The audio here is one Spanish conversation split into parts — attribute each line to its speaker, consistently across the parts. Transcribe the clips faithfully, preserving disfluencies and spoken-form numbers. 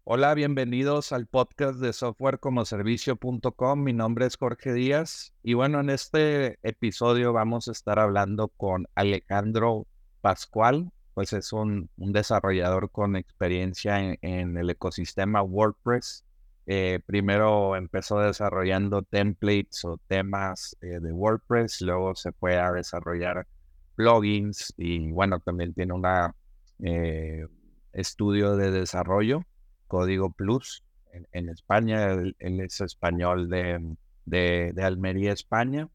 Speaker 1: Hola, bienvenidos al podcast de software como servicio punto com. Mi nombre es Jorge Díaz y bueno, en este episodio vamos a estar hablando con Alejandro Pascual, pues es un, un desarrollador con experiencia en, en el ecosistema WordPress. Eh, primero empezó desarrollando templates o temas eh, de WordPress, luego se fue a desarrollar plugins y bueno, también tiene una eh, estudio de desarrollo. Código Plus en, en España. Él, él es español de, de, de Almería, España.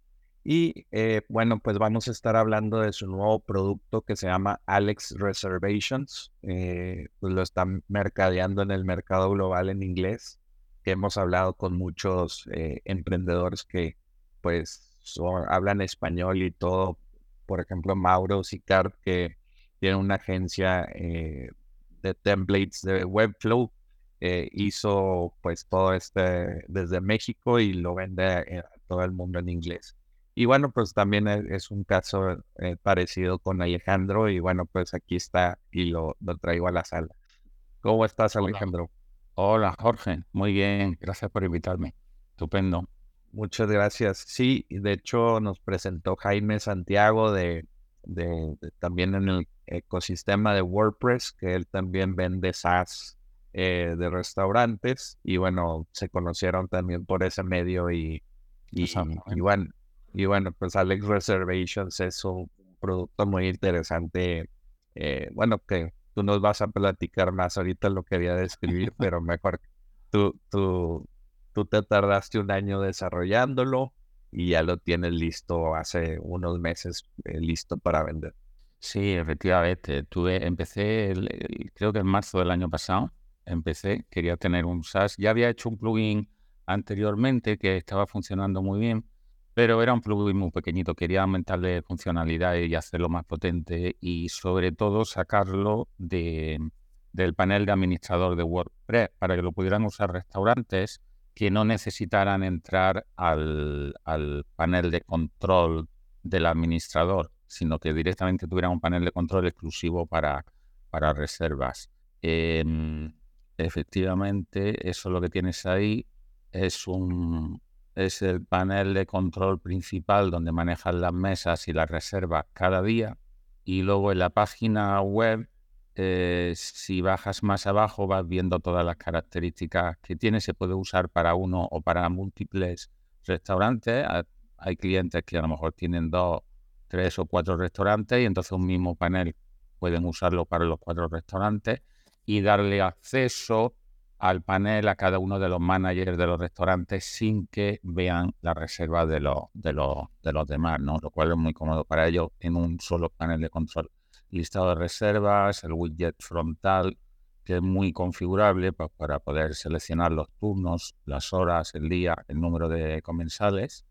Speaker 1: Y eh, bueno, pues vamos a estar hablando de su nuevo producto que se llama Alex Reservations. Eh, pues lo están mercadeando en el mercado global en inglés, que hemos hablado con muchos eh, emprendedores que pues son- hablan español y todo. Por ejemplo, Mauro Sicard, que tiene una agencia eh, de templates de Webflow, eh, hizo pues todo este desde México y lo vende a, a todo el mundo en inglés. Y bueno, pues también es, es un caso eh, parecido con Alejandro y bueno, pues aquí está y lo, lo traigo a la sala. ¿Cómo estás,
Speaker 2: Hola,
Speaker 1: Alejandro?
Speaker 2: hola Jorge, muy bien, gracias por invitarme. Estupendo.
Speaker 1: Muchas gracias. Sí, y de hecho nos presentó Jaime Santiago de, de, de también en el ecosistema de WordPress, que él también vende SaaS eh, de restaurantes y bueno, se conocieron también por ese medio y, y, y
Speaker 2: Exactamente.
Speaker 1: bueno, y bueno, pues Alex Reservations es un producto muy interesante. Eh, bueno, que tú nos vas a platicar más ahorita lo quería describir, pero mejor tú, tú, Tú te tardaste un año desarrollándolo y ya lo tienes listo hace unos meses, eh, listo para vender.
Speaker 2: Sí, efectivamente. Tuve, empecé, el- el- creo que en marzo del año pasado, empecé, quería tener un SaaS. Ya había hecho un plugin anteriormente que estaba funcionando muy bien, pero era un plugin muy pequeñito. Quería aumentarle funcionalidades y hacerlo más potente y sobre todo sacarlo de, del panel de administrador de WordPress para que lo pudieran usar restaurantes que no necesitaran entrar al, al panel de control del administrador, sino que directamente tuvieran un panel de control exclusivo para, para reservas. Eh, efectivamente, eso lo que tienes ahí es un es el panel de control principal donde manejas las mesas y las reservas cada día. Y luego en la página web, eh, si bajas más abajo, vas viendo todas las características que tiene. Se puede usar para uno o para múltiples restaurantes. Hay clientes que a lo mejor tienen dos, tres o cuatro restaurantes y entonces un mismo panel pueden usarlo para los cuatro restaurantes y darle acceso al panel a cada uno de los managers de los restaurantes sin que vean la reserva de los, de los, de los demás, ¿no? Lo cual es muy cómodo para ellos en un solo panel de control. Listado de reservas, el widget frontal, que es muy configurable pues, para poder seleccionar los turnos, las horas, el día, el número de comensales.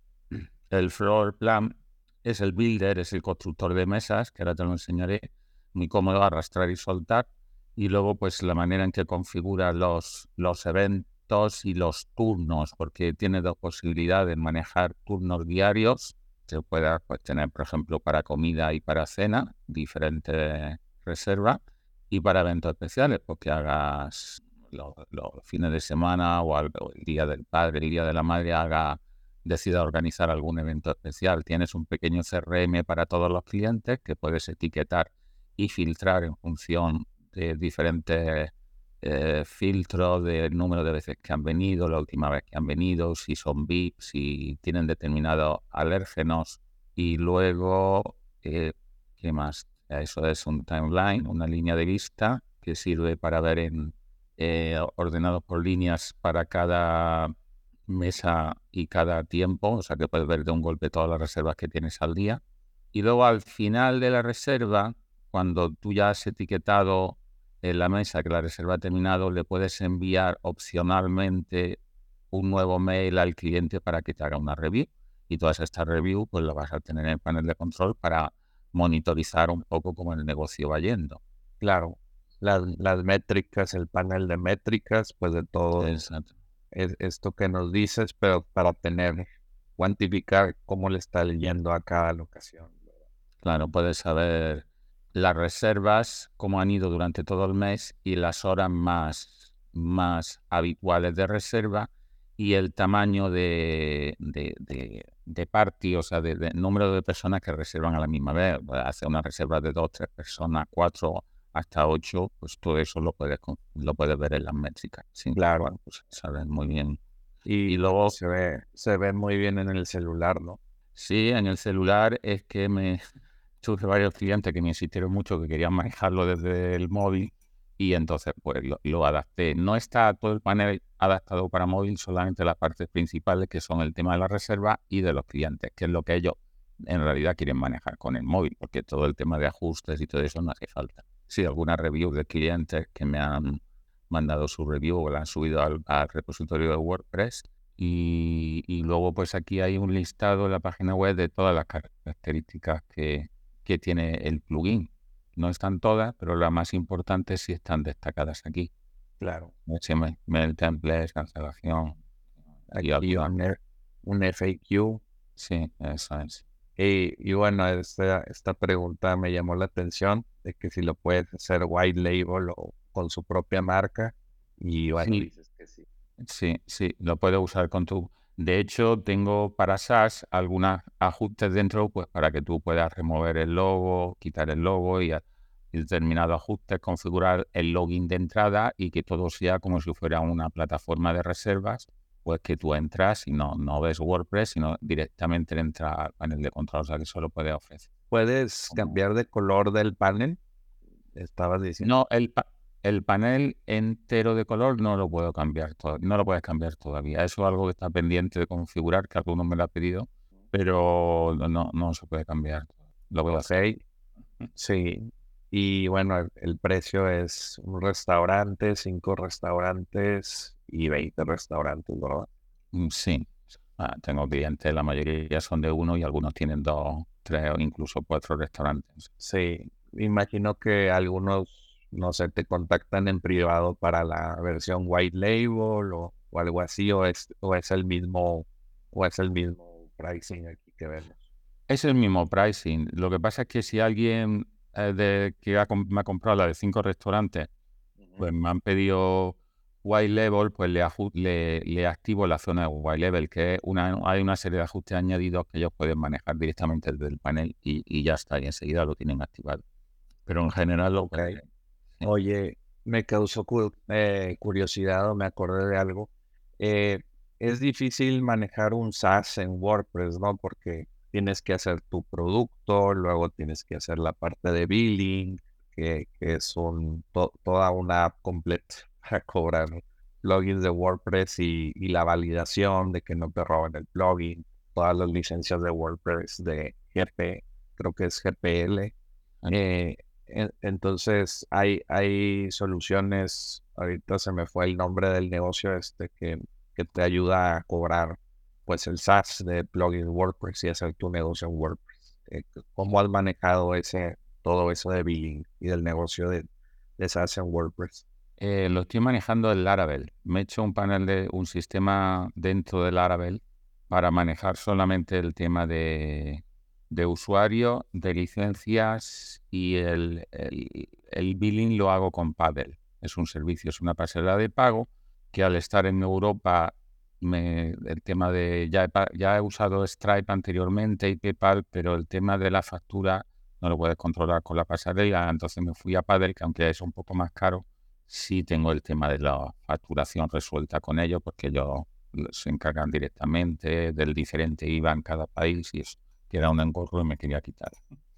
Speaker 2: El floor plan es el builder, es el constructor de mesas, que ahora te lo enseñaré, muy cómodo, arrastrar y soltar. Y luego, pues, la manera en que configura los, los eventos y los turnos, porque tiene dos posibilidades, manejar turnos diarios, que pueda pues, tener, por ejemplo, para comida y para cena, diferentes reservas, y para eventos especiales, porque hagas los, los fines de semana o, al, o el Día del Padre, el Día de la Madre, haga decida organizar algún evento especial. Tienes un pequeño C R M para todos los clientes que puedes etiquetar y filtrar en función de diferentes eh, filtros del número de veces que han venido, la última vez que han venido, si son V I P, si tienen determinados alérgenos y luego, eh, ¿qué más? Eso es un timeline, una línea de vista que sirve para ver en eh, ordenado por líneas para cada mesa y cada tiempo, o sea que puedes ver de un golpe todas las reservas que tienes al día. Y luego al final de la reserva, cuando tú ya has etiquetado en la mesa que la reserva ha terminado, le puedes enviar opcionalmente un nuevo mail al cliente para que te haga una review. Y todas estas reviews pues las vas a tener en el panel de control para monitorizar un poco cómo el negocio va yendo.
Speaker 1: Claro, las, las métricas, el panel de métricas, pues de todo
Speaker 2: Exacto.
Speaker 1: es, esto que nos dices, pero para tener, cuantificar cómo le está yendo a cada locación.
Speaker 2: Claro, puedes saber las reservas, cómo han ido durante todo el mes y las horas más, más habituales de reserva y el tamaño de, de, de, de party, o sea, de, de número de personas que reservan a la misma vez. Hacer una reserva de dos, tres personas, cuatro hasta ocho, pues todo eso lo puedes, lo puedes ver en las métricas. Sí,
Speaker 1: Claro.
Speaker 2: bueno, pues sabes muy bien.
Speaker 1: Y,
Speaker 2: Y luego,
Speaker 1: se ve, se ve muy bien en el celular, ¿no?
Speaker 2: sí, en el celular es que me tuve varios clientes que me insistieron mucho que querían manejarlo desde el móvil y entonces pues lo, lo adapté. No está todo el panel adaptado para móvil, solamente las partes principales que son el tema de la reserva y de los clientes, que es lo que ellos en realidad quieren manejar con el móvil, porque todo el tema de ajustes y todo eso no hace falta. Sí, algunas reviews de clientes que me han mandado su review o la han subido al, al repositorio de WordPress. Y, y luego pues aquí hay un listado en la página web de todas las características que, que tiene el plugin. No están todas, pero las más importantes sí están destacadas aquí.
Speaker 1: Claro.
Speaker 2: H T M L, templates, cancelación. Y
Speaker 1: Aquí
Speaker 2: alguna.
Speaker 1: un, F- un F A Q.
Speaker 2: Sí, eso es.
Speaker 1: Y, y bueno, esta, esta pregunta me llamó la atención de que si lo puedes hacer white label o con su propia marca. Y bueno,
Speaker 2: Sí,
Speaker 1: dices que sí.
Speaker 2: sí, sí, lo puedes usar con tu... De hecho, tengo para SaaS algunos ajustes dentro, pues para que tú puedas remover el logo, quitar el logo y, a- y determinados ajustes, configurar el login de entrada y que todo sea como si fuera una plataforma de reservas, pues que tú entras y no, no ves WordPress, sino directamente entras al panel de control, o sea que solo puedes ofrecer.
Speaker 1: ¿Puedes
Speaker 2: Como-
Speaker 1: cambiar de color del panel? Estabas diciendo.
Speaker 2: No, el, pa- el panel entero de color no lo puedo cambiar, to- no lo puedes cambiar todavía. Eso es algo que está pendiente de configurar, que alguno me lo ha pedido, pero no, no no se puede cambiar. Lo voy a
Speaker 1: Ok,
Speaker 2: hacer.
Speaker 1: sí. Y bueno, el, el precio es un restaurante, cinco restaurantes y veinte restaurantes, ¿verdad?
Speaker 2: Mm, Sí. Ah, tengo clientes, la mayoría son de uno y algunos tienen dos, tres o incluso cuatro restaurantes.
Speaker 1: Sí, imagino que algunos, no sé, te contactan en privado para la versión white label o, o algo así, o es, o es el mismo, o es el mismo pricing aquí que vemos.
Speaker 2: Es el mismo pricing. Lo que pasa es que si alguien eh, de, que ha com- me ha comprado la de cinco restaurantes,
Speaker 1: Ujú.
Speaker 2: pues me han pedido white level, pues le, aju- le, le activo la zona de white level, que es una, hay una serie de ajustes añadidos que ellos pueden manejar directamente desde el panel y, y ya está, y enseguida lo tienen activado. Pero en general lo
Speaker 1: Ok.
Speaker 2: pueden. Sí.
Speaker 1: Oye, me causó cu- eh, curiosidad o me acordé de algo. Eh, es difícil manejar un SaaS en WordPress, ¿no? Porque tienes que hacer tu producto, luego tienes que hacer la parte de billing, que, que es un, to- toda una app completa para cobrar plugins de WordPress y, y la validación de que no te roben el plugin, todas las licencias de WordPress de G P, creo que es G P L. Eh, en- entonces hay, hay soluciones, ahorita se me fue el nombre del negocio este que, que te ayuda a cobrar pues el SaaS de plugin WordPress y hacer tu negocio en WordPress. Eh, ¿cómo has manejado ese, todo eso de billing y del negocio de, de SaaS en WordPress?
Speaker 2: Eh, lo estoy manejando en Laravel. Me he hecho un panel de un sistema dentro de Laravel para manejar solamente el tema de, de usuario, de licencias y el, el, el billing lo hago con Paddle. Es un servicio, es una pasarela de pago que al estar en Europa, me, el tema de ya he, pa- ya he usado Stripe anteriormente y PayPal, pero el tema de la factura no lo puedes controlar con la pasarela. Entonces me fui a Paddle, que aunque es un poco más caro, sí tengo el tema de la facturación resuelta con ellos porque ellos se encargan directamente del diferente I V A en cada país y eso, que era un engorro y me quería quitar.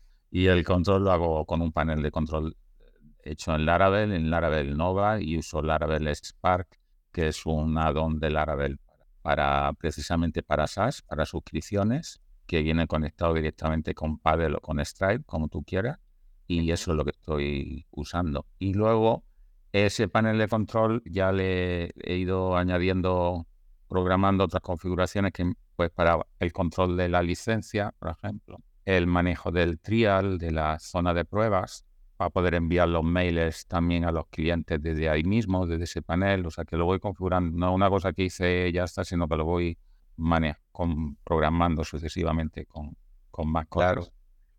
Speaker 2: Y el control lo hago con un panel de control hecho en Laravel, en Laravel Nova y uso Laravel Spark, que es un add-on de Laravel para precisamente para SaaS, para suscripciones, que viene conectado directamente con Paddle o con Stripe, como tú quieras, y
Speaker 1: Ujú.
Speaker 2: eso es lo que estoy usando. Y luego ese panel de control ya le he ido añadiendo, programando otras configuraciones que, pues, para el control de la licencia, por ejemplo, el manejo del trial, de la zona de pruebas, para poder enviar los mails también a los clientes desde ahí mismo, desde ese panel. O sea, que lo voy configurando. No es una cosa que hice ya está, sino que lo voy mane- con, programando sucesivamente con, con más
Speaker 1: Claro.
Speaker 2: cosas.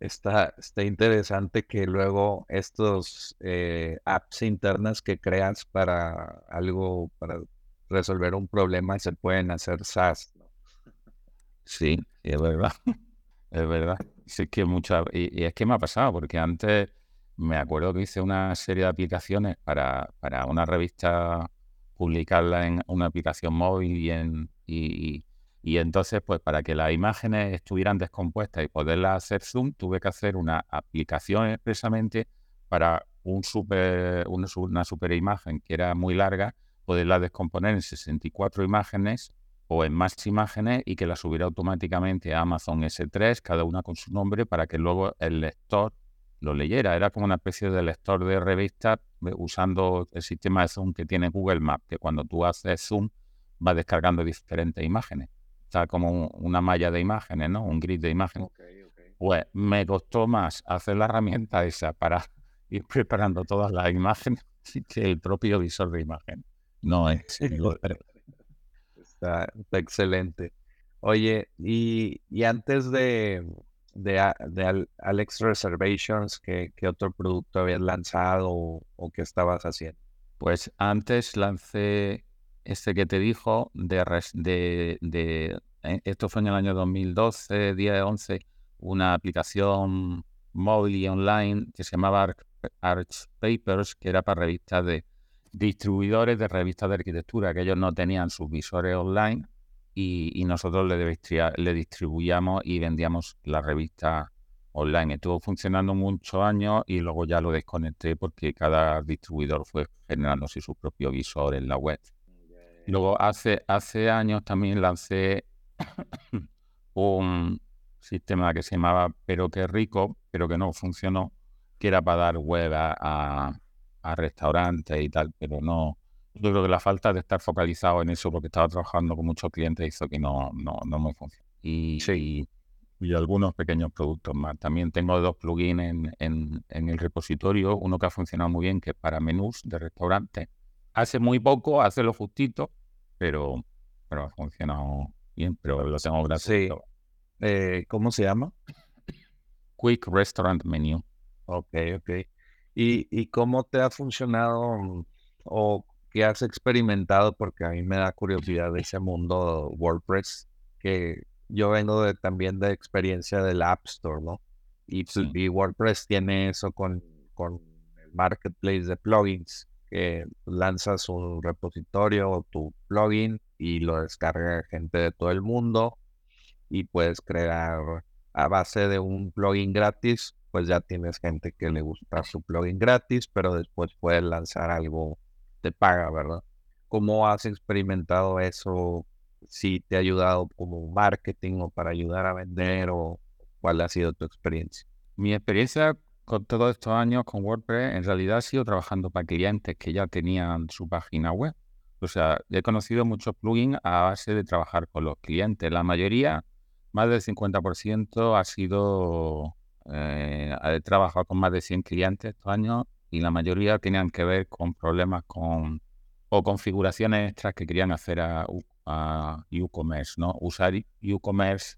Speaker 1: Está, está interesante que luego estos eh, apps internas que creas para algo, para resolver un problema, se pueden hacer SaaS, ¿no?
Speaker 2: Sí, sí, es verdad, es verdad. Sí, es que muchas, y, y es que me ha pasado, porque antes me acuerdo que hice una serie de aplicaciones para, para una revista, publicarla en una aplicación móvil y en y, y entonces, pues para que las imágenes estuvieran descompuestas y poderlas hacer zoom, tuve que hacer una aplicación expresamente para un super, una, su- una super imagen que era muy larga, poderla descomponer en sesenta y cuatro imágenes o en más imágenes y que la subiera automáticamente a Amazon ese tres, cada una con su nombre, para que luego el lector lo leyera. Era como una especie de lector de revista eh, usando el sistema de zoom que tiene Google Maps, que cuando tú haces zoom va descargando diferentes imágenes. Está como un- una malla de imágenes, ¿no? Un grid de imágenes.
Speaker 1: Ok, ok.
Speaker 2: Pues me costó más hacer la herramienta esa para ir preparando todas las imágenes que el propio visor de imagen. No es igual.
Speaker 1: Está, está excelente. Oye, y, y antes de, de, a- de Al- Alex Reservations, ¿qué, qué otro producto habías lanzado o, o qué estabas haciendo?
Speaker 2: Pues antes lancé este que te dijo, de, res- de, de- eh, esto fue en el año dos mil doce, diez, once, una aplicación móvil y online que se llamaba Arch, Arch Papers, que era para revistas de distribuidores de revistas de arquitectura, que ellos no tenían sus visores online y, y nosotros le, distria- le distribuíamos y vendíamos la revista online. Estuvo funcionando muchos años y luego ya lo desconecté porque cada distribuidor fue generándose su propio visor en la web. Luego hace, hace años también lancé un sistema que se llamaba Pero qué rico, pero que no funcionó, que era para dar web a, a, a restaurantes y tal, pero no. Yo creo que la falta de estar focalizado en eso, porque estaba trabajando con muchos clientes, hizo que no, no, no me funcionó.
Speaker 1: Sí.
Speaker 2: Y, y algunos pequeños productos más. También tengo dos plugins en, en, en el repositorio, uno que ha funcionado muy bien, que es para menús de restaurantes. Hace muy poco, hace lo justito, pero, pero ha funcionado bien, pero lo tengo
Speaker 1: Sí.
Speaker 2: gratuito.
Speaker 1: Eh, ¿cómo se llama?
Speaker 2: Quick Restaurant Menu.
Speaker 1: Ok, ok. ¿Y, y cómo te ha funcionado mm, o qué has experimentado? Porque a mí me da curiosidad de ese mundo WordPress, que yo vengo de, también de experiencia del App Store, ¿no? Y, pl-
Speaker 2: Sí,
Speaker 1: y WordPress tiene eso con, con el marketplace de plugins, que lanzas un repositorio o tu plugin y lo descarga gente de todo el mundo y puedes crear a base de un plugin gratis, pues ya tienes gente que le gusta su plugin gratis, pero después puedes lanzar algo de paga, ¿verdad? ¿Cómo has experimentado eso? Si te ha ayudado como marketing o para ayudar a vender o cuál ha sido tu experiencia.
Speaker 2: mi experiencia con todos estos años con WordPress en realidad ha sido trabajando para clientes que ya tenían su página web. O sea, he conocido muchos plugins a base de trabajar con los clientes. La mayoría, más del cincuenta por ciento, ha sido, eh, he trabajado con más de cien clientes estos años y la mayoría tenían que ver con problemas con o configuraciones extras que querían hacer a, U- a WooCommerce, ¿no? Usar WooCommerce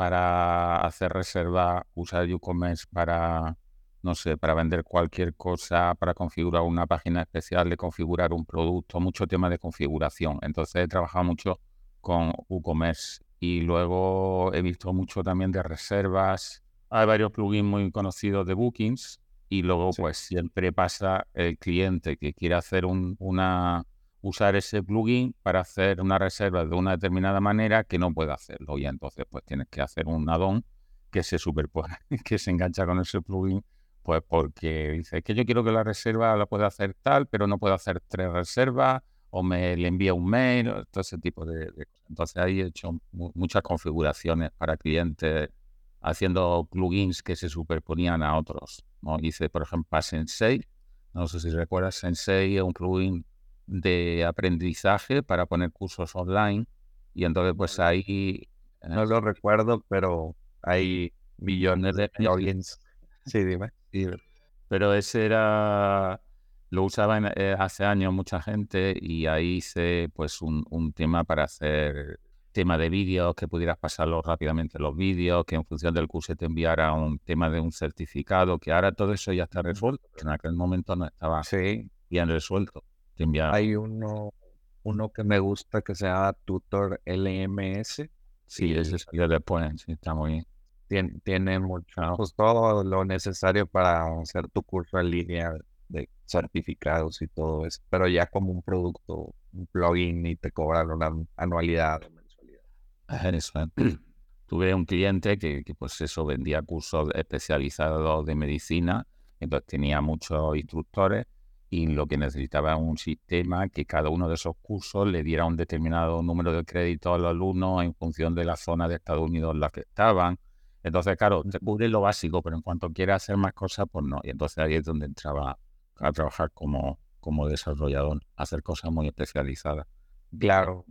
Speaker 2: para hacer reserva, usar WooCommerce para, no sé, para vender cualquier cosa, para configurar una página especial, de configurar un producto, mucho tema de configuración. Entonces he trabajado mucho con WooCommerce y luego he visto mucho también de reservas. Hay varios plugins muy conocidos de Bookings y luego
Speaker 1: Sí.
Speaker 2: pues siempre pasa el cliente que quiere hacer un, una usar ese plugin para hacer una reserva de una determinada manera que no puede hacerlo. Y entonces pues tienes que hacer un add-on que se superpone, que se engancha con ese plugin, pues porque dice que yo quiero que la reserva la pueda hacer tal, pero no puedo hacer tres reservas, o me le envía un mail, o todo ese tipo de, de cosas. Entonces ahí he hecho mu- muchas configuraciones para clientes haciendo plugins que se superponían a otros, ¿no? Hice, por ejemplo, para Sensei. No sé si recuerdas, Sensei es un plugin de aprendizaje para poner cursos online y entonces
Speaker 1: No,
Speaker 2: pues ahí eh,
Speaker 1: no lo recuerdo, pero hay millones de
Speaker 2: eh,
Speaker 1: plugins. Sí, dime.
Speaker 2: sí, pero ese era lo usaba en- eh, hace años mucha gente y ahí hice pues un, un tema para hacer tema de vídeos, que pudieras pasarlo rápidamente los vídeos, que en función del curso te enviara un tema de un certificado, que ahora todo eso ya está resuelto, pero en aquel momento no estaba
Speaker 1: Sí,
Speaker 2: bien resuelto. Te envía,
Speaker 1: hay uno, uno que me gusta que se llama Tutor L M S
Speaker 2: sí, ese
Speaker 1: y
Speaker 2: salió después, sí, está muy bien.
Speaker 1: tiene, tiene mucho, pues todo lo necesario para hacer tu curso en línea de certificados y todo eso, pero ya como un producto, un plugin y te cobran una anualidad o mensualidad.
Speaker 2: Eso, ¿eh? Tuve un cliente que, que, pues eso, vendía cursos especializados de medicina, entonces tenía muchos instructores y lo que necesitaba era un sistema que cada uno de esos cursos le diera un determinado número de créditos a los alumnos en función de la zona de Estados Unidos en la que estaban. Entonces, claro, te cubre lo básico, pero en cuanto quiera hacer más cosas, pues no. Y entonces ahí es donde entraba a trabajar como, como desarrollador, a hacer cosas muy especializadas.
Speaker 1: Claro.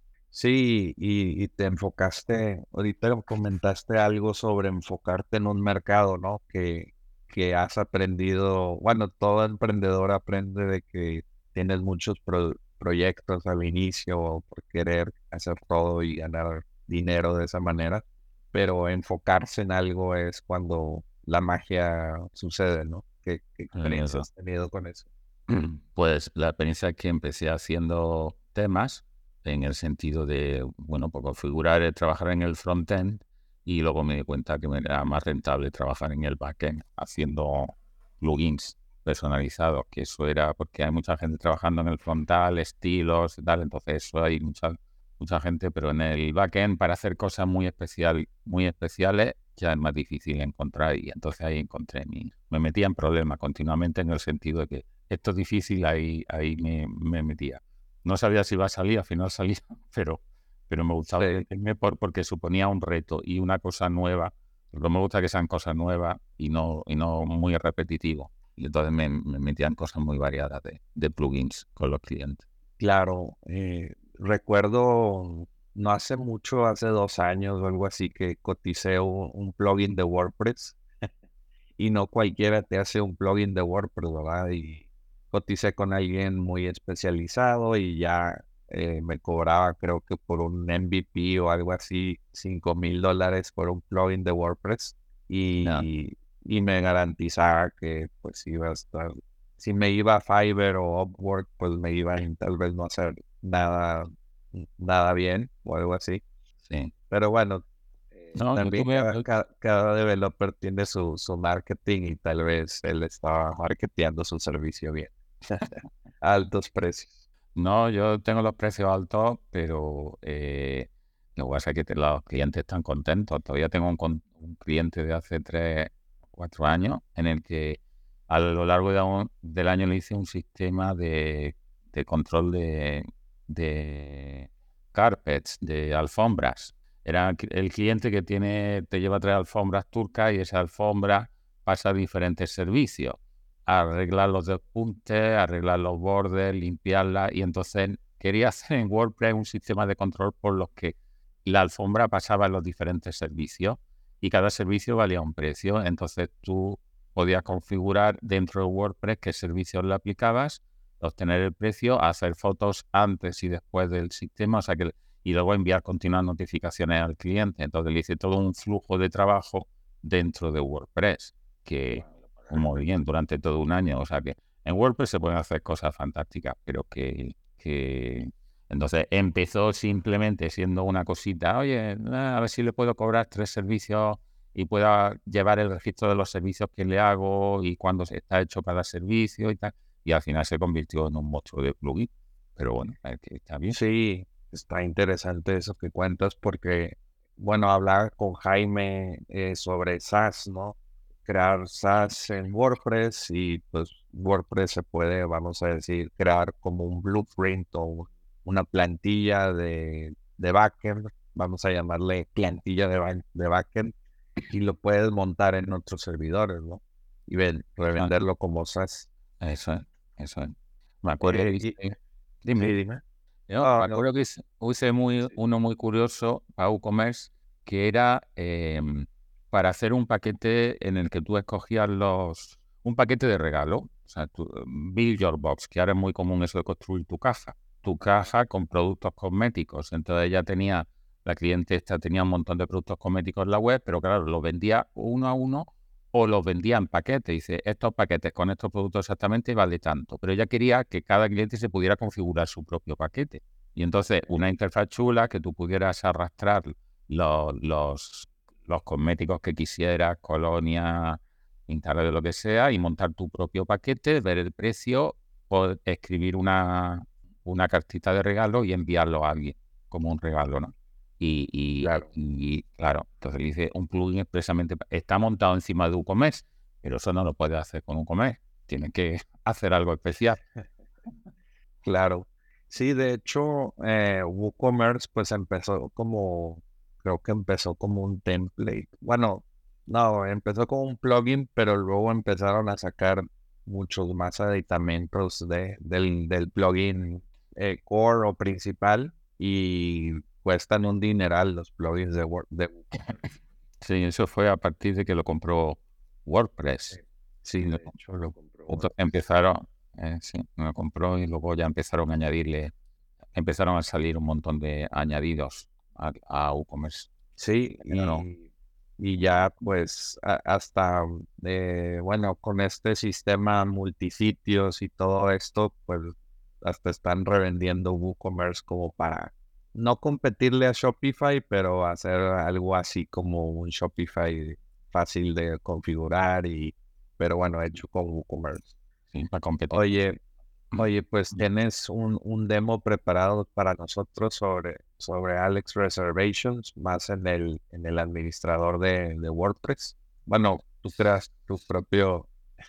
Speaker 1: Sí, y, y te enfocaste, ahorita comentaste algo sobre enfocarte en un mercado, ¿no? Que, que has aprendido, bueno, todo emprendedor aprende de que tienes muchos pro- proyectos al inicio por querer hacer todo y ganar dinero de esa manera, pero enfocarse en algo es cuando la magia sucede, ¿no? ¿Qué, qué experiencia
Speaker 2: Eso.
Speaker 1: has tenido con eso?
Speaker 2: Pues la experiencia es que empecé haciendo temas en el sentido de, bueno, pues configurar, eh, trabajar en el frontend y luego me di cuenta que me era más rentable trabajar en el backend haciendo plugins personalizados, que eso era porque hay mucha gente trabajando en el frontal, estilos y tal, entonces eso hay mucha, mucha gente, pero en el backend para hacer cosas muy especial, muy especiales ya es más difícil encontrar y entonces ahí encontré mi, me metía en problemas continuamente en el sentido de que esto es difícil, ahí, ahí me, me metía. No sabía si iba a salir, al final salía, pero, pero me gustaba
Speaker 1: Sí,
Speaker 2: meterme por, porque suponía un reto y una cosa nueva. Pero me gusta que sean cosas nuevas y no, y no muy repetitivo. Y entonces me, me metía en cosas muy variadas de, de plugins con los clientes.
Speaker 1: claro, eh, recuerdo no hace mucho, hace dos años o algo así, que coticé un, un plugin de WordPress y no cualquiera te hace un plugin de WordPress, ¿verdad? Y coticé con alguien muy especializado y ya eh, me cobraba, creo que por un M V P o algo así, cinco mil dólares por un plugin de WordPress
Speaker 2: Ya,
Speaker 1: y, y me garantizaba que pues iba a estar, si me iba a Fiverr o Upwork, pues me iban tal vez no hacer nada, nada bien o algo así.
Speaker 2: sí.
Speaker 1: Pero bueno, eh,
Speaker 2: No, yo
Speaker 1: también
Speaker 2: tuve,
Speaker 1: cada,
Speaker 2: yo-
Speaker 1: cada, cada developer tiene su, su marketing y tal vez él estaba marketeando su servicio bien. A altos precios.
Speaker 2: no, yo tengo los precios altos, pero eh, lo que pasa es que te- los clientes están contentos. Todavía tengo un, con- un cliente de hace tres, cuatro años en el que a lo largo de un- del año le hice un sistema de, de control de, de carpets, de alfombras. Era cl- el cliente que tiene, te lleva tres alfombras turcas y esa alfombra pasa a diferentes servicios, arreglar los despuntes, arreglar los bordes, limpiarla. Y entonces quería hacer en WordPress un sistema de control por los que la alfombra pasaba en los diferentes servicios y cada servicio valía un precio. Entonces tú podías configurar dentro de WordPress qué servicios le aplicabas, obtener el precio, hacer fotos antes y después del sistema, o sea que y luego enviar continuas notificaciones al cliente. Entonces le hice todo un flujo de trabajo dentro de WordPress que muy bien durante todo un año. O sea que en WordPress se pueden hacer cosas fantásticas, pero que, que... Entonces empezó simplemente siendo una cosita, oye, a ver si le puedo cobrar tres servicios y pueda llevar el registro de los servicios que le hago y cuándo se está hecho cada servicio y tal. Y al final se convirtió en un monstruo de plugin. Pero bueno, es que está bien.
Speaker 1: Sí, está interesante eso que cuentas porque, bueno, hablar con Jaime eh, sobre SaaS, ¿no? Crear SaaS en WordPress y pues WordPress se puede, vamos a decir, crear como un blueprint o una plantilla de, de backend, vamos a llamarle plantilla de, ba- de backend y lo puedes montar en otros servidores, ¿no? Y ven,
Speaker 2: Eso,
Speaker 1: revenderlo como SaaS.
Speaker 2: eso es, eso es. Me acuerdo
Speaker 1: Eh,
Speaker 2: que
Speaker 1: y,
Speaker 2: hice...
Speaker 1: sí,
Speaker 2: Dime.
Speaker 1: dime.
Speaker 2: Yo
Speaker 1: Ah,
Speaker 2: me
Speaker 1: no.
Speaker 2: acuerdo que hice, hice muy,
Speaker 1: Sí.
Speaker 2: uno muy curioso para WooCommerce, que era em, para hacer un paquete en el que tú escogías los... un paquete de regalo. O sea, tu, Build Your Box, que ahora es muy común eso de construir tu caja. Tu caja con productos cosméticos. Entonces ya tenía la cliente esta tenía un montón de productos cosméticos en la web, pero claro, los vendía uno a uno o los vendía en paquetes. Dice, estos paquetes con estos productos exactamente vale tanto. Pero ella quería que cada cliente se pudiera configurar su propio paquete. Y entonces una interfaz chula que tú pudieras arrastrar los, los, los cosméticos que quisieras, colonia, instalar lo que sea, y montar tu propio paquete, ver el precio, o escribir una, una cartita de regalo y enviarlo a alguien como un regalo, ¿no? Y, y,
Speaker 1: Claro.
Speaker 2: y, claro, entonces le dice un plugin expresamente, está montado encima de WooCommerce, pero eso no lo puede hacer con WooCommerce, tiene que hacer algo especial.
Speaker 1: Claro. Sí, de hecho, eh, WooCommerce pues empezó como, creo que empezó como un template. Bueno, no, empezó como un plugin, pero luego empezaron a sacar muchos más aditamentos de, del, del plugin eh, core o principal y cuestan un dineral los plugins de, Word, de WooCommerce.
Speaker 2: Sí, eso fue a partir de que lo compró WordPress.
Speaker 1: Sí,
Speaker 2: Y
Speaker 1: de
Speaker 2: lo-
Speaker 1: hecho lo compró
Speaker 2: entonces
Speaker 1: WordPress.
Speaker 2: empezaron, eh, sí, lo compró y luego ya empezaron a añadirle, empezaron a salir un montón de añadidos a, a WooCommerce.
Speaker 1: Sí,
Speaker 2: Pero no,
Speaker 1: y, y ya pues a- hasta, eh, bueno, con este sistema multisitios y todo esto, pues hasta están revendiendo WooCommerce como para no competirle a Shopify, pero hacer algo así como un Shopify fácil de configurar y, pero bueno, hecho con WooCommerce.
Speaker 2: sí, para competir.
Speaker 1: Oye, Oye, pues tienes un, un demo preparado para nosotros sobre, sobre Alex Reservations, más en el, en el administrador de, de WordPress. Bueno, tú creas tu propio,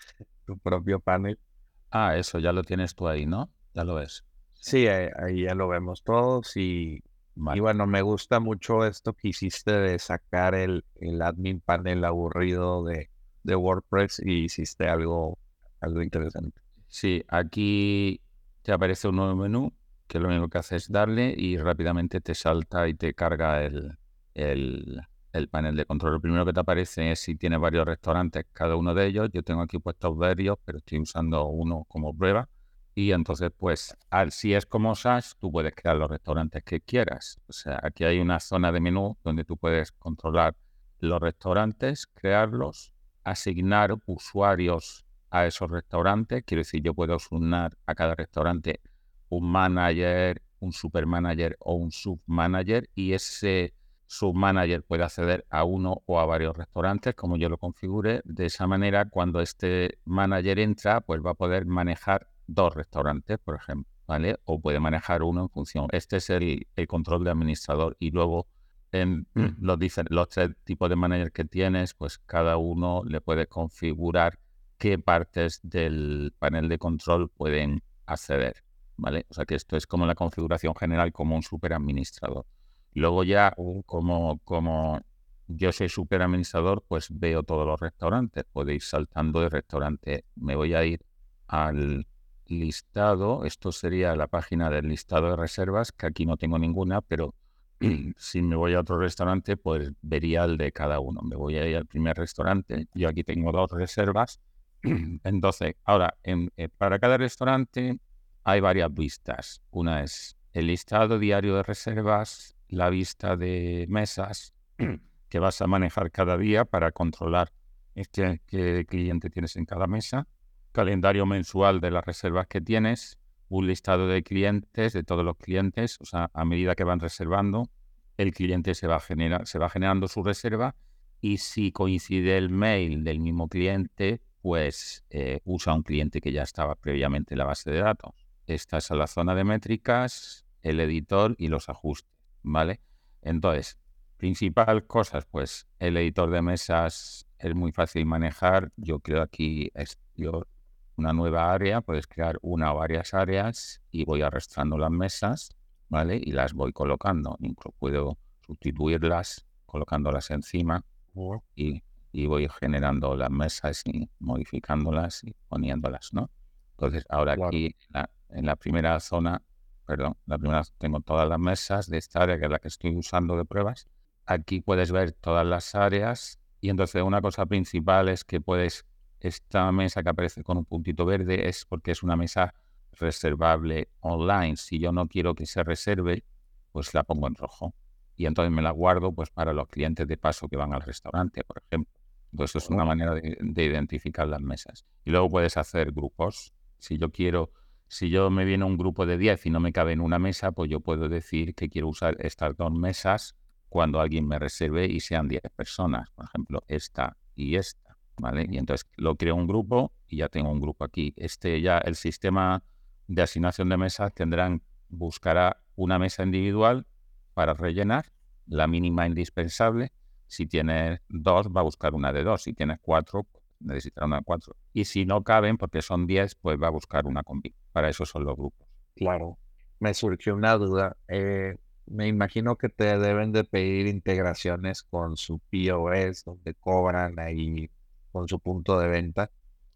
Speaker 1: tu propio panel.
Speaker 2: Ah, eso ya lo tienes tú ahí, ¿no? Ya lo ves. Sí.
Speaker 1: Sí, ahí, ahí ya lo vemos todos y, y
Speaker 2: Vale.
Speaker 1: bueno, me gusta mucho esto que hiciste de sacar el, el admin panel aburrido de, de WordPress y hiciste algo, algo interesante.
Speaker 2: Sí, aquí te aparece un nuevo menú que lo único que hace es darle y rápidamente te salta y te carga el, el, el panel de control. Lo primero que te aparece es si tiene varios restaurantes, cada uno de ellos. Yo tengo aquí puestos varios, pero estoy usando uno como prueba. Y entonces, pues, al, si es como SaaS, tú puedes crear los restaurantes que quieras. O sea, aquí hay una zona de menú donde tú puedes controlar los restaurantes, crearlos, asignar usuarios a esos restaurantes. Quiero decir, yo puedo asignar a cada restaurante un manager, un supermanager o un submanager, y ese submanager puede acceder a uno o a varios restaurantes, como yo lo configure. De esa manera, cuando este manager entra, pues va a poder manejar dos restaurantes, por ejemplo, ¿vale? O puede manejar uno en función. Este es el, el control de administrador. Y luego en los, los tres tipos de manager que tienes, pues cada uno le puede configurar qué partes del panel de control pueden acceder, ¿vale? O sea que esto es como la configuración general, como un superadministrador. Luego ya, como, como yo soy superadministrador, pues veo todos los restaurantes. Puedo ir saltando de restaurante. Me voy a ir al listado. Esto sería la página del listado de reservas, que aquí no tengo ninguna, pero si me voy a otro restaurante, pues vería el de cada uno. Me voy a ir al primer restaurante. Yo aquí tengo dos reservas. Entonces, ahora, en, eh, para cada restaurante hay varias vistas. Una es el listado diario de reservas, la vista de mesas que vas a manejar cada día para controlar este, qué cliente tienes en cada mesa, calendario mensual de las reservas que tienes, un listado de clientes, de todos los clientes. O sea, a medida que van reservando, el cliente se va, genera, se va generando su reserva, y si coincide el mail del mismo cliente, pues eh, usa un cliente que ya estaba previamente en la base de datos. Esta es la zona de métricas, el editor y los ajustes, ¿vale? Entonces, principal cosas, pues el editor de mesas es muy fácil manejar. Yo creo aquí es, yo, una nueva área, puedes crear una o varias áreas y voy arrastrando las mesas, ¿vale? Y las voy colocando. Incluso puedo sustituirlas colocándolas encima y, y voy generando las mesas y modificándolas y poniéndolas, ¿no? Entonces, ahora
Speaker 1: Claro.
Speaker 2: aquí en la, en la primera zona, perdón, la primera tengo todas las mesas de esta área, que es la que estoy usando de pruebas. Aquí puedes ver todas las áreas, y entonces una cosa principal es que puedes, esta mesa que aparece con un puntito verde es porque es una mesa reservable online. Si yo no quiero que se reserve, pues la pongo en rojo. y entonces me la guardo pues para los clientes de paso que van al restaurante, por ejemplo. Entonces es una manera de, de identificar las mesas. Y luego puedes hacer grupos. Si yo quiero, si yo me viene un grupo de diez y no me cabe en una mesa, pues yo puedo decir que quiero usar estas dos mesas cuando alguien me reserve y sean diez personas, por ejemplo, esta y esta, ¿vale? Y entonces lo creo un grupo y ya tengo un grupo aquí. Este ya, el sistema de asignación de mesas tendrán, buscará una mesa individual para rellenar, la mínima indispensable. Si tienes dos, va a buscar una de dos. Si tienes cuatro, necesitará una de cuatro. Y si no caben, porque son diez, pues va a buscar una combi. Para eso son los grupos.
Speaker 1: Claro. Me surgió una duda. Eh, me imagino que te deben de pedir integraciones con su P O S, donde cobran ahí con su punto de venta.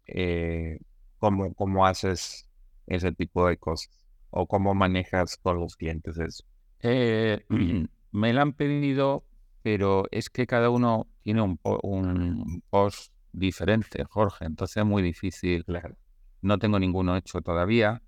Speaker 1: Eh, ¿cómo, cómo haces ese tipo de cosas? ¿O cómo manejas con los clientes eso?
Speaker 2: Eh, me la han pedido, pero es que cada uno tiene un, po- un post diferente, Jorge. Entonces es muy difícil.
Speaker 1: Claro.
Speaker 2: No tengo ninguno hecho todavía,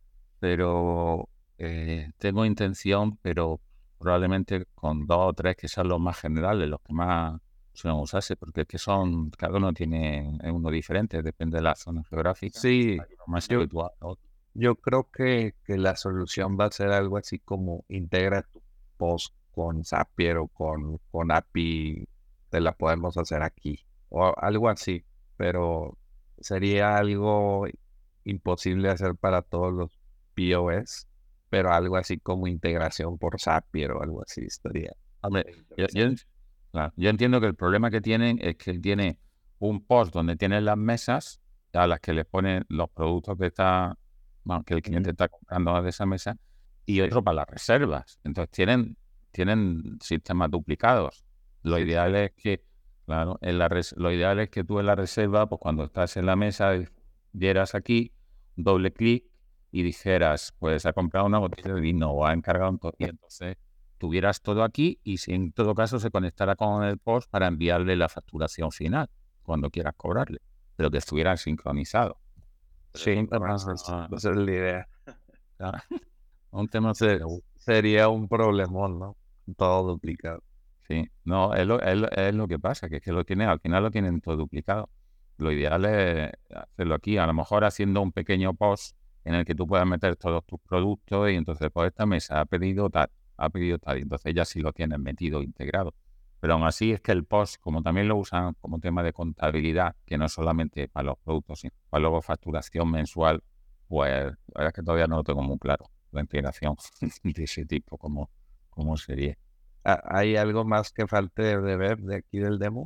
Speaker 2: pero eh, tengo intención, pero probablemente con dos o tres que sean los más generales, los que más suelen usarse, porque es que son, cada uno tiene es uno diferente, depende de la zona geográfica.
Speaker 1: Sí,
Speaker 2: Hay uno más
Speaker 1: yo,
Speaker 2: habitual, ¿no?
Speaker 1: yo creo que, que la solución va a ser algo así como integra tu post con Zapier o con, con A P I, te la podemos hacer aquí, o algo así, pero sería algo imposible hacer para todos los P O S, pero algo así como integración por Zapier o algo así estaría
Speaker 2: Hombre, yo, yo,
Speaker 1: interesante.
Speaker 2: claro, yo entiendo que el problema que tienen es que tiene un post donde tienen las mesas a las que les ponen los productos que está, bueno, que el cliente está comprando de esa mesa, y otro para las reservas. Entonces tienen, tienen sistemas duplicados. Lo
Speaker 1: Sí,
Speaker 2: ideal es que, claro, en la res- lo ideal es que tú en la reserva, pues cuando estás en la mesa, dieras aquí, doble clic y dijeras, pues ha comprado una botella de vino o ha encargado un to- y entonces tuvieras todo aquí y si en todo caso se conectara con el post para enviarle la facturación final cuando quieras cobrarle, pero que estuvieran sincronizados. Pero
Speaker 1: sí,
Speaker 2: es un tema,
Speaker 1: esa es esa es la idea.
Speaker 2: claro, un tema,
Speaker 1: Se-
Speaker 2: pero
Speaker 1: sería un problemón, ¿no? Todo duplicado.
Speaker 2: sí, no, es lo, es, lo, es lo que pasa, que es que lo tienen, al final lo tienen todo duplicado. Lo ideal es hacerlo aquí, a lo mejor haciendo un pequeño post en el que tú puedas meter todos tus productos y entonces por esta mesa ha pedido tal, ha pedido tal, y entonces ya sí lo tienes metido integrado. Pero aún así es que el post, como también lo usan como tema de contabilidad, que no es solamente para los productos, sino para luego facturación mensual, pues la verdad es que todavía no lo tengo muy claro, la integración de ese tipo, como, como sería.
Speaker 1: Ah, ¿hay algo más que falte de ver de aquí del demo?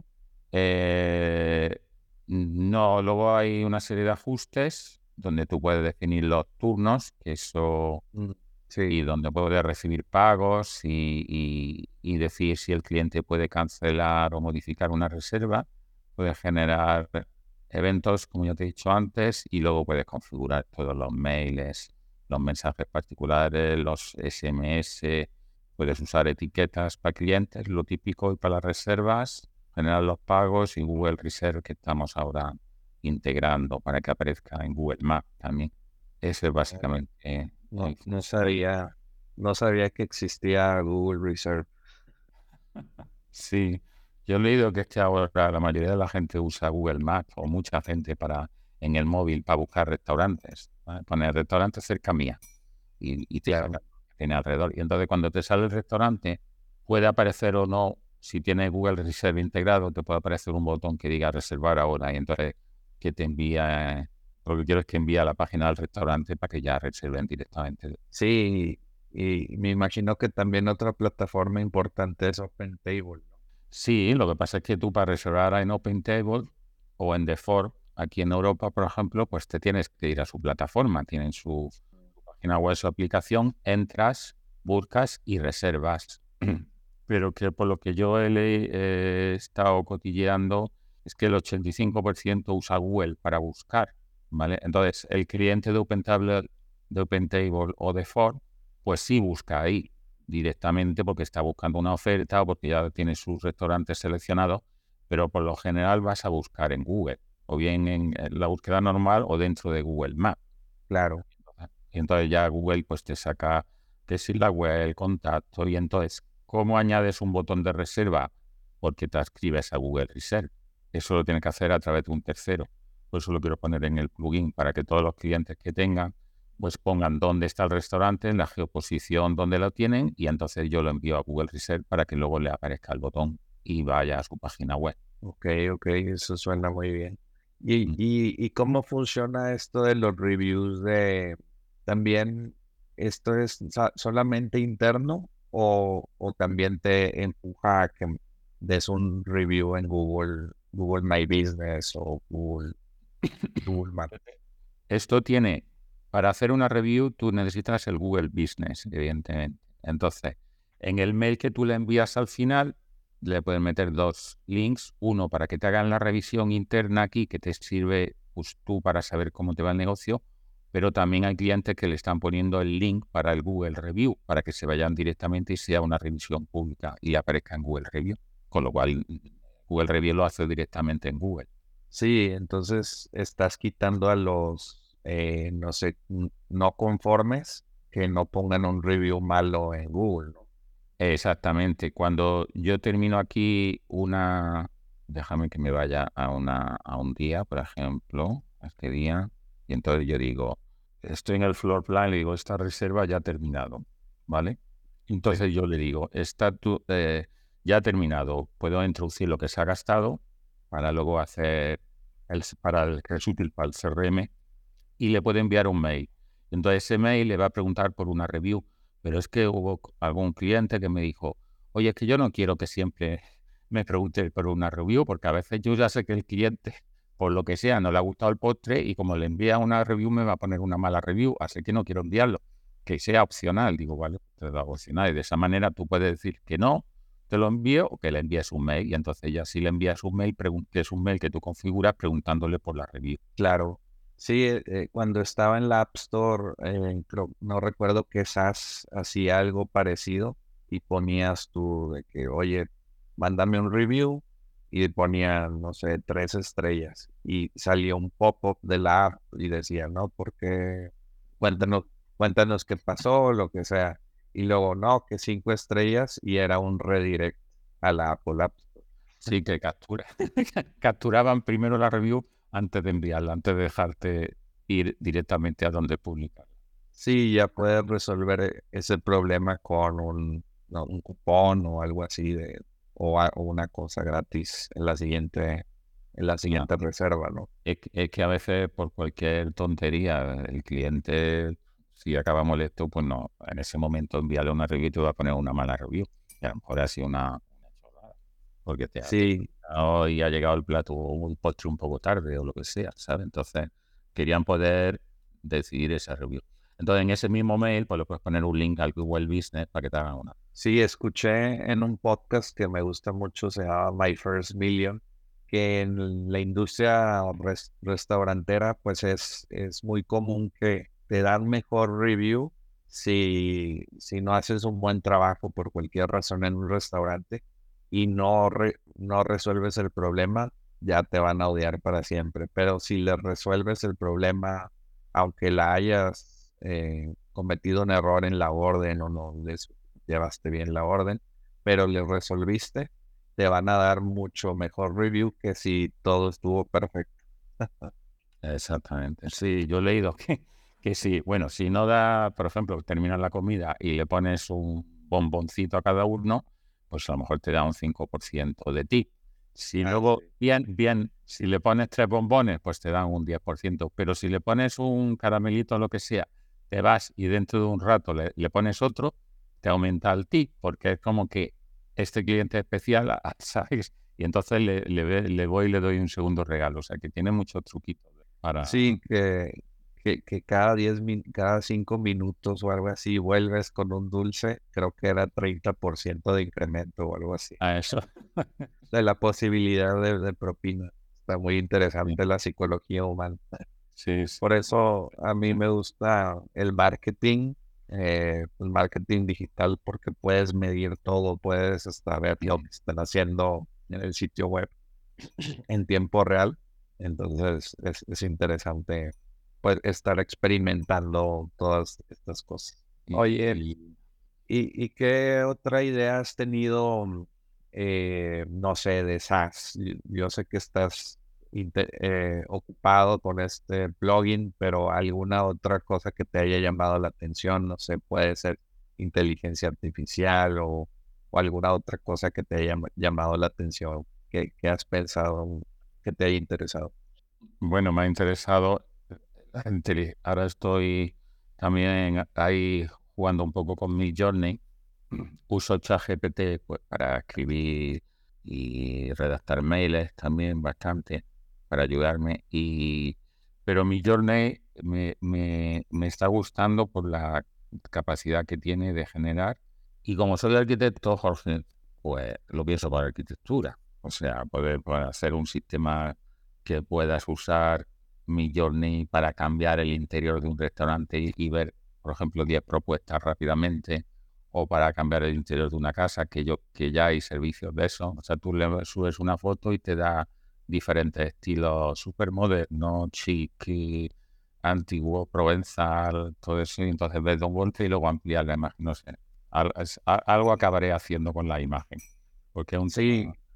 Speaker 2: Eh, no, luego hay una serie de ajustes donde tú puedes definir los turnos, que eso,
Speaker 1: Mm, sí,
Speaker 2: y donde puedes recibir pagos y, y- y decir si el cliente puede cancelar o modificar una reserva. Puedes generar eventos, como ya te he dicho antes, y luego puedes configurar todos los mails, los mensajes particulares, los S M S. Puedes usar etiquetas para clientes, lo típico, y para las reservas generar los pagos y Google Reserve que estamos ahora integrando para que aparezca en Google Maps también. Eso es
Speaker 1: eh,
Speaker 2: básicamente eh,
Speaker 1: no,
Speaker 2: el
Speaker 1: no
Speaker 2: funcionamiento.
Speaker 1: sabía, no sabía que existía Google Reserve.
Speaker 2: Sí, yo he leído que es que ahora la mayoría de la gente usa Google Maps o mucha gente para en el móvil para buscar restaurantes. ¿Vale? Poner restaurante cerca mía y, y te
Speaker 1: Claro,
Speaker 2: saca lo que tiene alrededor. Y entonces cuando te sale el restaurante, puede aparecer o no, si tiene Google Reserve integrado, te puede aparecer un botón que diga reservar ahora y entonces que te envía, eh, lo que quiero es que envíe a la página del restaurante para que ya reserven directamente.
Speaker 1: sí, y me imagino que también otra plataforma importante es OpenTable, ¿no?
Speaker 2: Sí, lo que pasa es que tú para reservar en OpenTable o en The Fork, aquí en Europa, por ejemplo, pues te tienes que ir a su plataforma, tienen su, su página web, su aplicación, entras, buscas y reservas. Pero que por lo que yo he, le- he estado cotilleando es que el ochenta y cinco por ciento usa Google para buscar, ¿vale? Entonces, el cliente de OpenTable, de OpenTable o de Fork, pues sí busca ahí directamente porque está buscando una oferta o porque ya tiene sus restaurantes seleccionados, pero por lo general vas a buscar en Google, o bien en, en la búsqueda normal o dentro de Google Maps.
Speaker 1: Claro,
Speaker 2: Y entonces ya Google pues te saca que si la web, el contacto, y entonces ¿Cómo añades un botón de reserva? Porque te escribes a Google Reserve. Eso lo tienes que hacer a través de un tercero. Por eso lo quiero poner en el plugin, para que todos los clientes que tengan, pues pongan dónde está el restaurante, la geoposición donde lo tienen, y entonces yo lo envío a Google Reserve para que luego le aparezca el botón y vaya a su página web.
Speaker 1: Ok, ok, eso suena muy bien. ¿Y, y, y cómo funciona esto de los reviews de también esto es sa- solamente interno o, o también te empuja a que des un review en Google, Google My Business o Google, Google Maps?
Speaker 2: Esto tiene, para hacer una review, tú necesitas el Google Business, evidentemente. Entonces, en el mail que tú le envías al final, le puedes meter dos links. Uno para que te hagan la revisión interna aquí, que te sirve pues, tú para saber cómo te va el negocio, pero también hay clientes que le están poniendo el link para el Google Review, para que se vayan directamente y sea una revisión pública y aparezca en Google Review. Con lo cual, Google Review lo hace directamente en Google.
Speaker 1: Sí, entonces estás quitando a los, eh, no sé, n- no conformes que no pongan un review malo en Google, ¿no?
Speaker 2: Exactamente. Cuando yo termino aquí una, déjame que me vaya a una a un día, por ejemplo, a este día, y entonces yo digo, estoy en el floor plan, le digo, esta reserva ya ha terminado, ¿vale?
Speaker 1: Sí.
Speaker 2: Entonces yo le digo, está tu, eh, ya ha terminado, puedo introducir lo que se ha gastado para luego hacer el, para el que es útil para el C R M, y le puede enviar un mail. Entonces ese mail le va a preguntar por una review, pero es que hubo algún cliente que me dijo, oye, es que yo no quiero que siempre me pregunte por una review, porque a veces yo ya sé que el cliente, por lo que sea, no le ha gustado el postre y como le envía una review me va a poner una mala review, así que no quiero enviarlo, que sea opcional. Digo, vale, te lo hago opcional, y de esa manera tú puedes decir que no, te lo envío, o que le envíes un mail, y entonces ya si le envías un mail, que es un mail que tú configuras preguntándole por la review.
Speaker 1: Claro. Sí, eh, eh, cuando estaba en la App Store, eh, creo- no recuerdo que SAS hacía algo parecido y ponías tú de que, oye, mándame un review y ponía, no sé, tres estrellas y salía un pop-up de la app y decía, no, porque cuéntanos, cuéntanos qué pasó, lo que sea. Y luego, no, que cinco estrellas y era un redirect a la Apple App Store.
Speaker 2: Sí, que captura. Capturaban primero la review antes de enviarla, antes de dejarte ir directamente a donde publicar.
Speaker 1: Sí, ya puedes resolver e- ese problema con un, no, un cupón o algo así de, o, a- o una cosa gratis en la siguiente, en la
Speaker 2: Ya.
Speaker 1: siguiente reserva, ¿no?
Speaker 2: Es, que es que a veces por cualquier tontería el cliente, si acaba molesto, pues no, en ese momento envíale una review y te va a poner una mala review. Y a lo mejor ha sido una, una chorrada, porque te ha
Speaker 1: Sí,
Speaker 2: terminado y ha llegado el plato o el postre un poco tarde o lo que sea, ¿sabes? Entonces querían poder decidir esa review. Entonces en ese mismo mail pues le puedes poner un link al Google Business para que te hagan una.
Speaker 1: sí, escuché en un podcast que me gusta mucho, se llama My First Million, que en la industria res- restaurantera, pues es, es muy común que te dan mejor review si, si no haces un buen trabajo por cualquier razón en un restaurante y no, re- no resuelves el problema, ya te van a odiar para siempre. Pero si le resuelves el problema, aunque la hayas eh, cometido un error en la orden o no les llevaste bien la orden, pero le resolviste, te van a dar mucho mejor review que si todo estuvo perfecto.
Speaker 2: Exactamente. Sí, yo he leído que, que sí. Bueno, si no da, por ejemplo, terminas la comida y le pones un bomboncito a cada uno, pues a lo mejor te da un cinco por ciento de ti. Si
Speaker 1: Ah,
Speaker 2: luego,
Speaker 1: sí.
Speaker 2: bien, bien, si le pones tres bombones, pues te dan un diez por ciento. Pero si le pones un caramelito o lo que sea, te vas y dentro de un rato le, le pones otro, te aumenta el ti, porque es como que este cliente especial, ah, ¿sabes? Y entonces le, le, ve- le voy y le doy un segundo regalo. O sea, que tiene muchos truquitos para...
Speaker 1: Sí, que, que, que cada diez min- cada cinco minutos o algo así vuelves con un dulce, creo que era treinta por ciento de incremento o algo así.
Speaker 2: a eso.
Speaker 1: De la posibilidad de, de propina. Está muy
Speaker 2: Sí,
Speaker 1: interesante la psicología humana.
Speaker 2: sí, sí.
Speaker 1: Por eso a mí me gusta el marketing, eh, el marketing digital, porque puedes medir todo, puedes hasta ver lo que están haciendo en el sitio web en tiempo real. Entonces es, es interesante pues estar experimentando todas estas cosas.
Speaker 2: Y,
Speaker 1: Oye,
Speaker 2: y-
Speaker 1: ¿Y, y qué otra idea has tenido, mm, eh, no sé, de SaaS? Yo, yo sé que estás inte- eh, ocupado con este plugin, pero alguna otra cosa que te haya llamado la atención, no sé, puede ser inteligencia artificial o, o alguna otra cosa que te haya llam- llamado la atención, que, que has pensado que te haya interesado.
Speaker 2: Bueno, me ha interesado. la inteli- Ahora estoy también ahí jugando un poco con mi Journey. Uso ChatGPT pues, para escribir y redactar mails también bastante para ayudarme. Y, pero mi Journey me, me, me está gustando por la capacidad que tiene de generar. Y como soy arquitecto, Jorge, pues lo pienso para arquitectura. O sea, poder, poder hacer un sistema que puedas usar mi Journey para cambiar el interior de un restaurante y, y ver, por ejemplo, diez propuestas rápidamente, o para cambiar el interior de una casa, que yo que ya hay servicios de eso. O sea, tú le subes una foto y te da diferentes estilos súper modernos, chic, y antiguo, provenzal, todo eso, y entonces ves Don Walter y luego ampliar la imagen. No sé, al- es- a- algo acabaré haciendo con la imagen, porque es un tema
Speaker 1: Sí,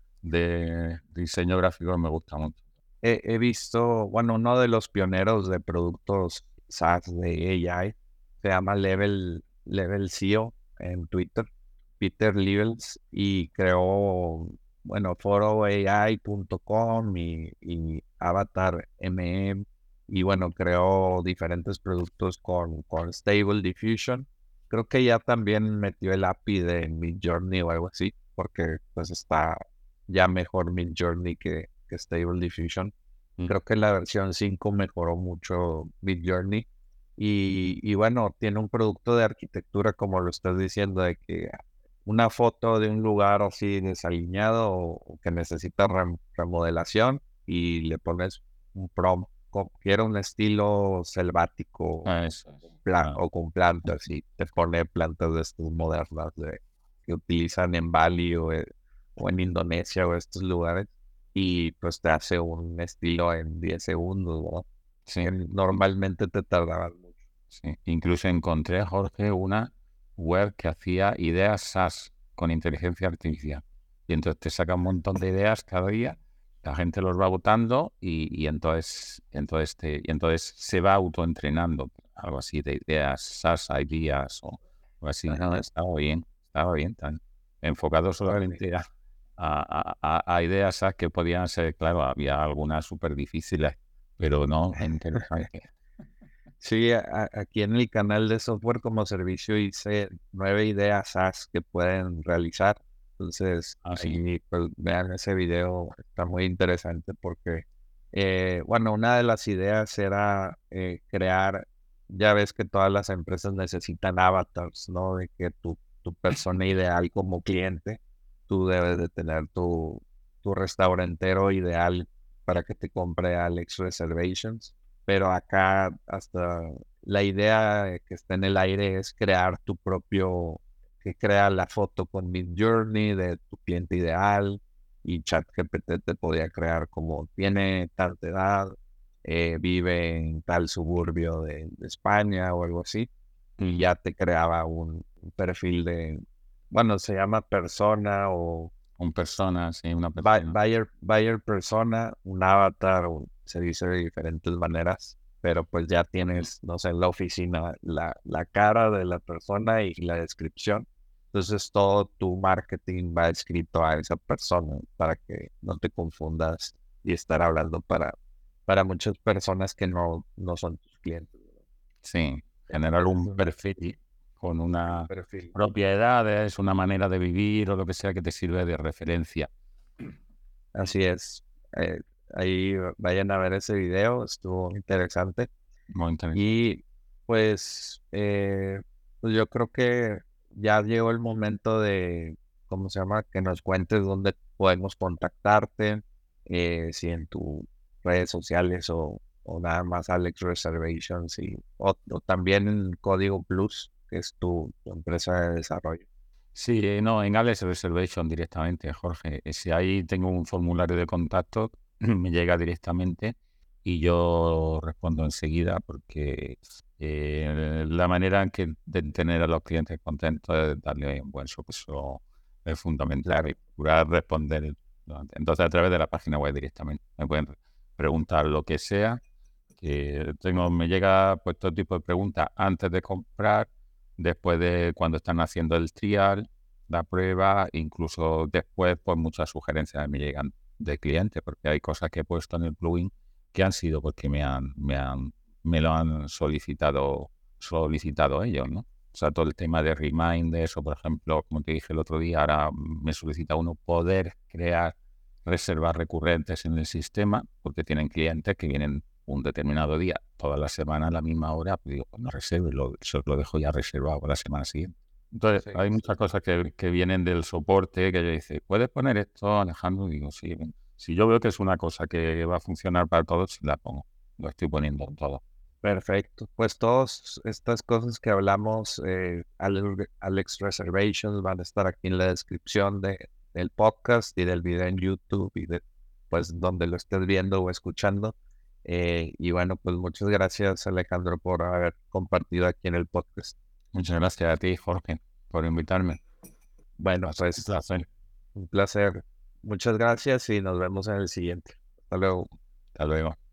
Speaker 2: de diseño gráfico que me gusta mucho.
Speaker 1: he, he visto, bueno, uno de los pioneros de productos SaaS de A I se llama Level, Level C E O en Twitter, Peter Levels, y creó, bueno, foro A I punto com y, y Avatar M M, y bueno, creó diferentes productos con, con Stable Diffusion. Creo que ya también metió el A P I de Midjourney o algo así, porque pues está ya mejor Midjourney que, que Stable Diffusion.
Speaker 2: Mm.
Speaker 1: Creo que la versión cinco mejoró mucho Midjourney. Y, y bueno, tiene un producto de arquitectura, como lo estás diciendo, de que una foto de un lugar así desaliñado o, o que necesita rem- remodelación y le pones un prompt, co- quiero un estilo selvático
Speaker 2: Ah, eso es.
Speaker 1: pla-
Speaker 2: Ah,
Speaker 1: o con plantas y te pone plantas de estas modernas de, que utilizan en Bali o, en o en Indonesia o estos lugares y pues te hace un estilo en diez segundos, ¿no?
Speaker 2: sí.
Speaker 1: Que normalmente te tardaban mucho.
Speaker 2: Sí, incluso encontré, Jorge, una web que hacía ideas SaaS con inteligencia artificial. Y entonces te saca un montón de ideas cada día, la gente los va votando y, y entonces, entonces, te, y entonces se va autoentrenando, algo así de ideas SaaS, ideas o, o así.
Speaker 1: Ajá,
Speaker 2: Estaba bien, estaba bien, tan enfocado
Speaker 1: órale.
Speaker 2: solamente a, a, a- a ideas SaaS que podían ser, claro, había algunas súper difíciles, pero no, interesante.
Speaker 1: Sí, a- a- aquí en el canal de software como servicio hice nueve ideas SaaS que pueden realizar. Entonces,
Speaker 2: Así.
Speaker 1: ahí pues, vean ese video, está muy interesante porque, eh, bueno, una de las ideas era eh, crear, ya ves que todas las empresas necesitan avatars, ¿no? De que tu, tu persona ideal como cliente, tú debes de tener tu, tu restaurantero ideal para que te compre Alex Reservations, pero acá hasta la idea que está en el aire es crear tu propio, que crea la foto con Midjourney de tu cliente ideal y ChatGPT te podía crear como tiene tanta edad, eh, vive en tal suburbio de, de España o algo así, y ya te creaba un, un perfil de, bueno, se llama persona o
Speaker 2: Un persona, sí, una
Speaker 1: Buy-
Speaker 2: persona.
Speaker 1: Buyer, buyer persona, un avatar, o se dice de diferentes maneras, pero pues ya tienes, no sé, en la oficina la, la cara de la persona y la descripción. Entonces todo tu marketing va escrito a esa persona para que no te confundas y estar hablando para, para muchas personas que no, no son tus clientes.
Speaker 2: Sí,
Speaker 1: Es,
Speaker 2: generar
Speaker 1: es
Speaker 2: un
Speaker 1: una-
Speaker 2: perfil con
Speaker 1: un
Speaker 2: una
Speaker 1: perfil.
Speaker 2: propiedades, una manera de vivir o lo que sea que te sirve de referencia.
Speaker 1: Así es. Eh, ahí vayan a ver ese video, estuvo interesante.
Speaker 2: Muy interesante.
Speaker 1: Y pues, eh, pues yo creo que ya llegó el momento de, ¿cómo se llama? Que nos cuentes dónde podemos contactarte, eh, si en tus redes sociales o, o nada más Alex Reservations y, o, o también en Código Plus, que es tu, tu empresa de desarrollo.
Speaker 2: Sí, eh, no, en Alex Reservation directamente, Jorge. Eh, Si ahí tengo un formulario de contacto, me llega directamente y yo respondo enseguida porque eh, la manera en que de tener a los clientes contentos es darle un buen servicio es fundamental y procurar responder. Entonces, a través de la página web directamente me pueden preguntar lo que sea. Que tengo, me llega pues todo tipo de preguntas antes de comprar, después de cuando están haciendo el trial, la prueba, incluso después, pues muchas sugerencias me llegan de clientes, porque hay cosas que he puesto en el plugin que han sido porque me han, me han, me lo han solicitado, solicitado ellos, ¿no? O sea, todo el tema de reminders, o por ejemplo, como te dije el otro día, ahora me solicita uno poder crear reservas recurrentes en el sistema, porque tienen clientes que vienen un determinado día, toda la semana a la misma hora, pues digo, pues no reserve, lo, lo dejo ya reservado para la semana siguiente. Entonces, sí, hay muchas cosas que, que vienen del soporte que yo dice, ¿puedes poner esto, Alejandro? Y digo, sí, si yo veo que es una cosa que va a funcionar para todos, la pongo, lo estoy poniendo en todo.
Speaker 1: Perfecto. Pues todas estas cosas que hablamos, eh, Alex Reservations, van a estar aquí en la descripción de, del podcast y del video en YouTube y de pues donde lo estés viendo o escuchando. Eh, y bueno, pues muchas gracias, Alejandro, por haber compartido aquí en el podcast.
Speaker 2: Muchas gracias a ti, Jorge, por invitarme.
Speaker 1: Bueno, pues un placer. Un placer. Muchas gracias y nos vemos en el siguiente. Hasta luego.
Speaker 2: Hasta luego.